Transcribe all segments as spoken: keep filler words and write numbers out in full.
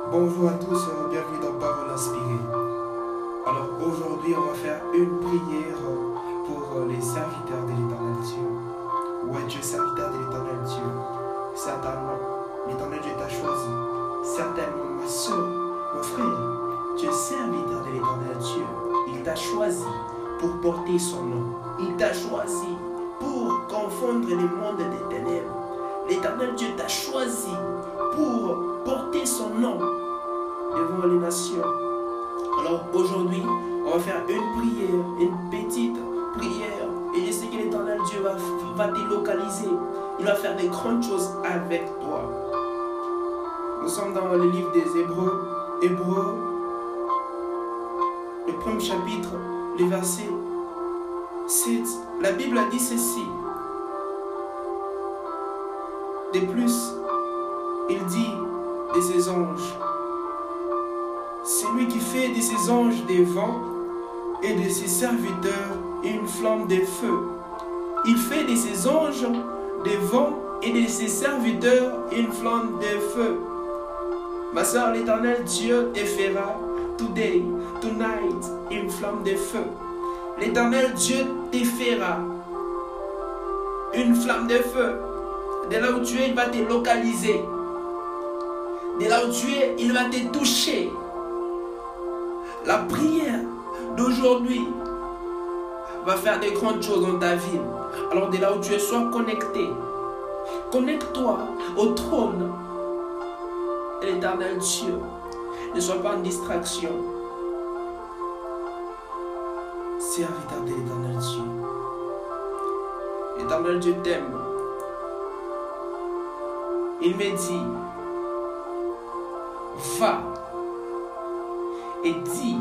Bonjour à tous, bienvenue dans Parole Inspirée. Alors aujourd'hui, on va faire une prière pour les serviteurs de l'Éternel Dieu. Ouais, Dieu, serviteur de l'Éternel Dieu. Certainement, l'Éternel Dieu t'a choisi. Certainement, ma soeur, mon frère, tu es serviteur de l'Éternel Dieu. Il t'a choisi pour porter son nom. Il t'a choisi pour confondre les mondes des ténèbres. L'Éternel Dieu t'a choisi pour porter son nom devant les nations. Alors aujourd'hui, on va faire une prière, une petite prière. Et je sais que l'Éternel Dieu va, va te localiser. Il va faire des grandes choses avec toi. Nous sommes dans le livre des Hébreux. Hébreux, le premier chapitre, le verset sept. La Bible a dit ceci. De plus, il dit de ses anges, c'est lui qui fait de ses anges des vents et de ses serviteurs une flamme de feu. Il fait de ses anges des vents et de ses serviteurs une flamme de feu. Ma soeur, l'Éternel Dieu te fera today, tonight, une flamme de feu. L'Éternel Dieu te fera une flamme de feu. De là où tu es, il va te localiser. De là où tu es, il va te toucher. La prière d'aujourd'hui va faire des grandes choses dans ta vie. Alors de là où tu es, sois connecté. Connecte-toi au trône de l'Éternel Dieu. Ne sois pas en distraction. Serviteur de l'Éternel Dieu. L'Éternel Dieu t'aime. Il me dit, va et dis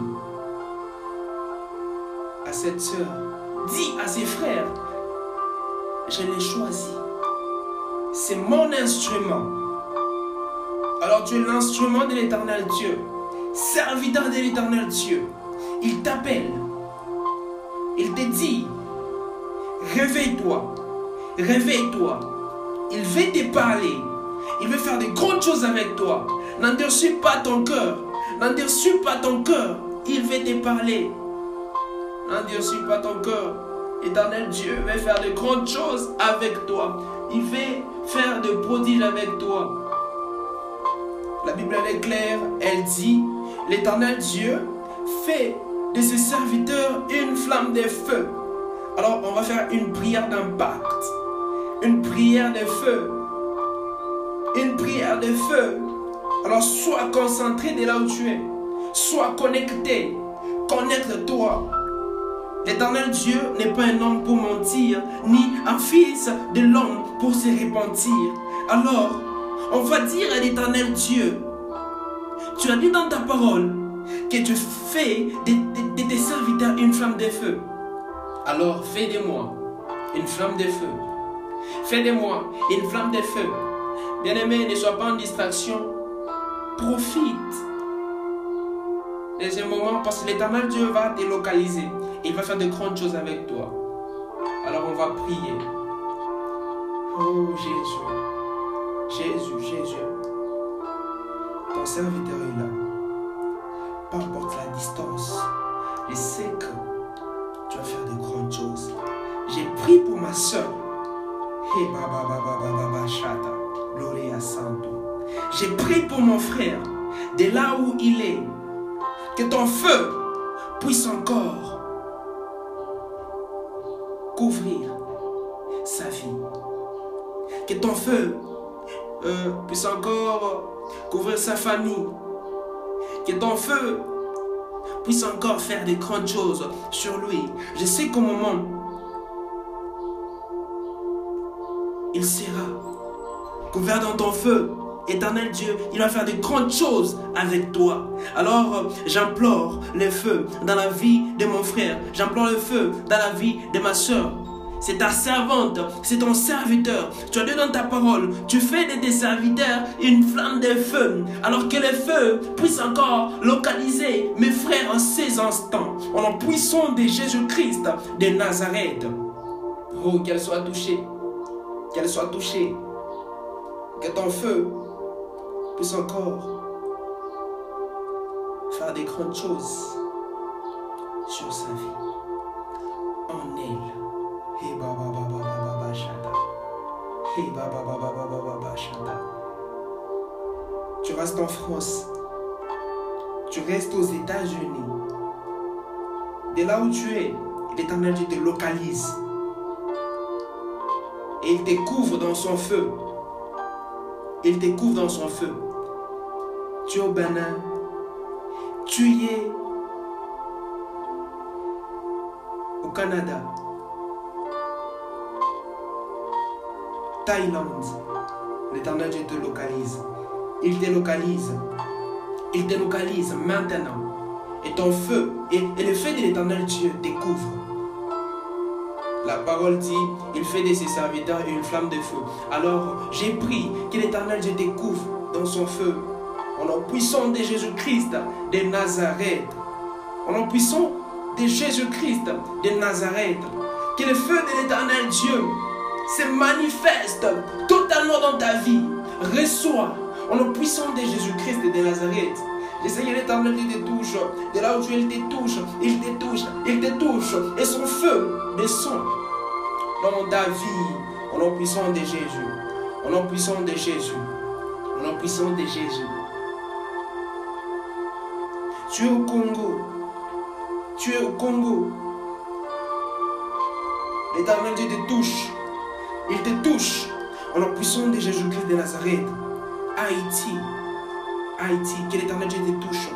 à cette soeur, dis à ses frères, je l'ai choisi. C'est mon instrument. Alors tu es l'instrument de l'Éternel Dieu, serviteur de l'Éternel Dieu. Il t'appelle. Il te dit, réveille-toi, réveille-toi. Il veut te parler. Il veut faire des grandes choses avec toi. N'endurcis pas ton cœur. N'endurcis pas ton cœur. Il veut te parler. N'endurcis pas ton cœur. Éternel Dieu veut faire de grandes choses avec toi. Il veut faire de prodiges avec toi. La Bible elle est claire. Elle dit, l'Éternel Dieu fait de ses serviteurs une flamme de feu. Alors on va faire une prière d'impact. Une prière de feu. Une prière de feu. Alors sois concentré de là où tu es. Sois connecté. Connecte-toi. L'Éternel Dieu n'est pas un homme pour mentir, ni un fils de l'homme pour se repentir. Alors, on va dire à l'Éternel Dieu, tu as dit dans ta parole que tu fais de, de, de tes serviteurs une flamme de feu. Alors, fais de moi une flamme de feu. Fais de moi une flamme de feu. Bien-aimé, ne sois pas en distraction. Profite de ce moment parce que l'Éternel Dieu va te localiser. Il va faire de grandes choses avec toi. Alors on va prier. Oh Jésus. Jésus, Jésus. Ton serviteur est là. Peu importe la distance. Je sais que tu vas faire de grandes choses. J'ai prié pour ma soeur. Hey, baba, baba, baba, baba, chata. Gloria Santo. J'ai prié pour mon frère, de là où il est, que ton feu puisse encore couvrir sa vie. Que ton feu euh, puisse encore couvrir sa famille. Que ton feu puisse encore faire des grandes choses sur lui. Je sais qu'au moment, il sera couvert dans ton feu. Éternel Dieu, il va faire de grandes choses avec toi. Alors, j'implore le feu dans la vie de mon frère. J'implore le feu dans la vie de ma soeur. C'est ta servante, c'est ton serviteur. Tu as dit dans ta parole, tu fais de tes serviteurs une flamme de feu. Alors que le feu puisse encore localiser mes frères en ces instants. En la puissance de Jésus-Christ de Nazareth. Oh, qu'elle soit touchée. Qu'elle soit touchée. Que ton feu puisse encore faire des grandes choses sur sa vie. En elle. Hey baba baba baba baba shata. Hey baba baba baba baba shata. Tu restes en France. Tu restes aux États-Unis. De là où tu es, l'Éternel Dieu te localise. Et il te couvre dans son feu. Il te couvre dans son feu. Tu es au Bénin. Tu es au Canada. Thaïlande. L'Éternel Dieu te localise. Il te localise. Il te localise maintenant. Et ton feu, et, et le feu de l'Éternel Dieu te couvre. La parole dit, il fait de ses serviteurs une flamme de feu. Alors, j'ai prié que l'Éternel Dieu te couvre dans son feu. En la puissance de Jésus-Christ de Nazareth. En la puissance de Jésus-Christ de Nazareth. Que le feu de l'Éternel Dieu se manifeste totalement dans ta vie. Reçois en la puissance de Jésus-Christ de Nazareth. Le Seigneur l'Éternel te touche. De là où tu es, il te touche. Il te touche. Il te touche. Et son feu descend dans ta vie. En la puissance de Jésus. En la puissance de Jésus. En la puissance de Jésus. Tu es au Congo. Tu es au Congo. L'Éternel Dieu te touche. Il te touche. En la puissance de Jésus-Christ de Nazareth. Haïti. Haïti, que l'Éternel Dieu te touche.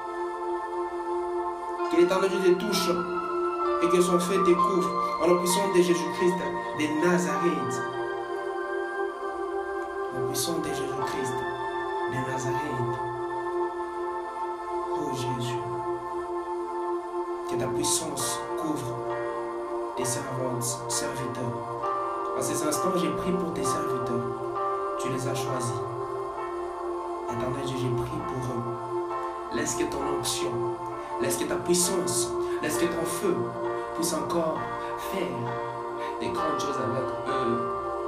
Que l'Éternel Dieu te touche. Et que son feu te couvre. En la puissance de Jésus-Christ de Nazareth. En la puissance de Jésus-Christ de Nazareth. Oh Jésus. Que ta puissance couvre tes servantes, serviteurs. En ces instants, j'ai prié pour tes serviteurs. Tu les as choisis. Éternel Dieu, j'ai prié pour eux. Laisse que ton onction, laisse que ta puissance, laisse que ton feu puisse encore faire des grandes choses avec eux.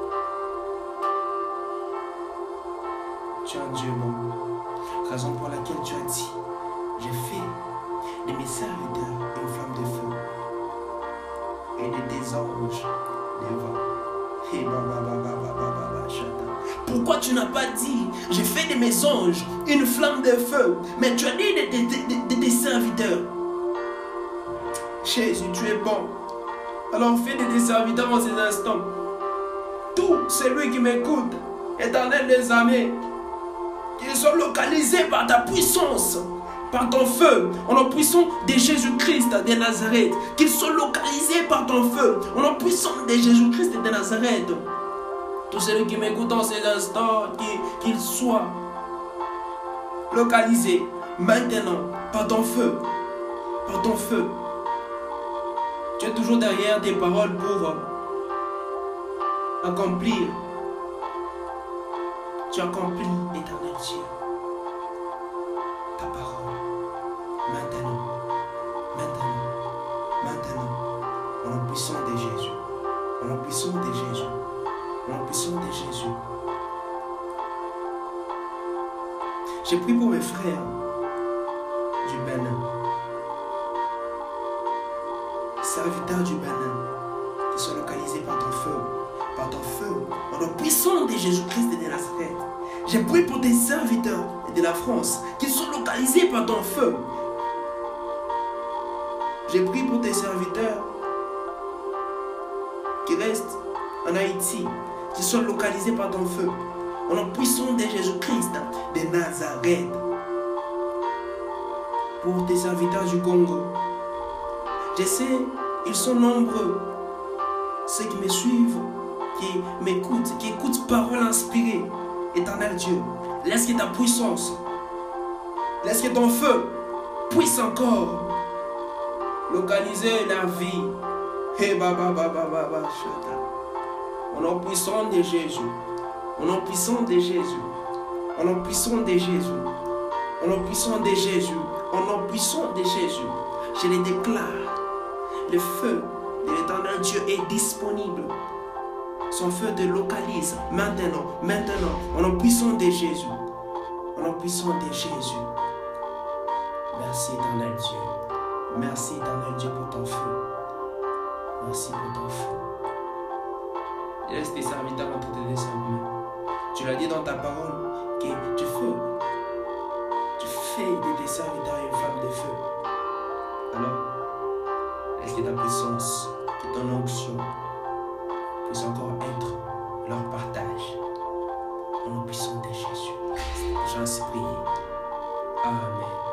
Tu es un Dieu bon. Raison pour laquelle tu as dit, j'ai fait de mes serviteurs une flamme de feu et de tes anges des vents. Hey, bah, bah, bah, bah, bah, bah, bah, bah, pourquoi tu n'as pas dit, j'ai fait de mes anges une flamme de feu, mais tu as dit de, de, de, de tes serviteurs. Jésus, tu es bon. Alors fais de tes serviteurs en ces instants. Tout celui qui m'écoute, Éternel des armées, qu'ils soient localisés par ta puissance, par ton feu, en la puissance de Jésus-Christ de Nazareth. Qu'ils soient localisés par ton feu, en la puissance de Jésus-Christ de Nazareth. Tous ceux qui m'écoutent en ces instants, qu'ils soient localisés maintenant par ton feu, par ton feu. Tu es toujours derrière tes paroles pour accomplir. Tu accomplis, Éternel Dieu, ta parole. Maintenant, maintenant, maintenant, en la puissance de Jésus, en la puissance de Jésus, en la puissance de Jésus. J'ai prié pour mes frères du Bénin, serviteurs du Bénin, qui sont localisés par ton feu, par ton feu, en la puissance de Jésus-Christ de Nazareth. J'ai prié pour tes serviteurs de la France, qui sont localisés par ton feu. J'ai prié pour tes serviteurs qui restent en Haïti, qui sont localisés par ton feu, en la puissance de Jésus-Christ de Nazareth. Pour tes serviteurs du Congo, je sais, ils sont nombreux, ceux qui me suivent, qui m'écoutent, qui écoutent paroles inspirées. Éternel Dieu, laisse que ta puissance, laisse que ton feu puisse encore localiser la vie. Hey, ba, ba, ba, ba, ba, ba, en la puissance de Jésus, en la puissance de Jésus, en la puissance de Jésus, en la puissance de Jésus, en la puissance de Jésus, je les déclare. Le feu de l'Éternel Dieu est disponible. Son feu te localise maintenant, maintenant, en la puissance de Jésus, en la puissance de Jésus. Merci éternel Dieu. Merci éternel Dieu pour ton feu. Merci pour ton feu. Laisse tes serviteurs entretenir sa main. Tu l'as dit dans ta parole que tu fais, tu fais de tes serviteurs une femme de feu. Alors, laisse que ta puissance, que ton onction puisse encore être leur partage. Au nom puissant de Jésus. J'en prie. Amen.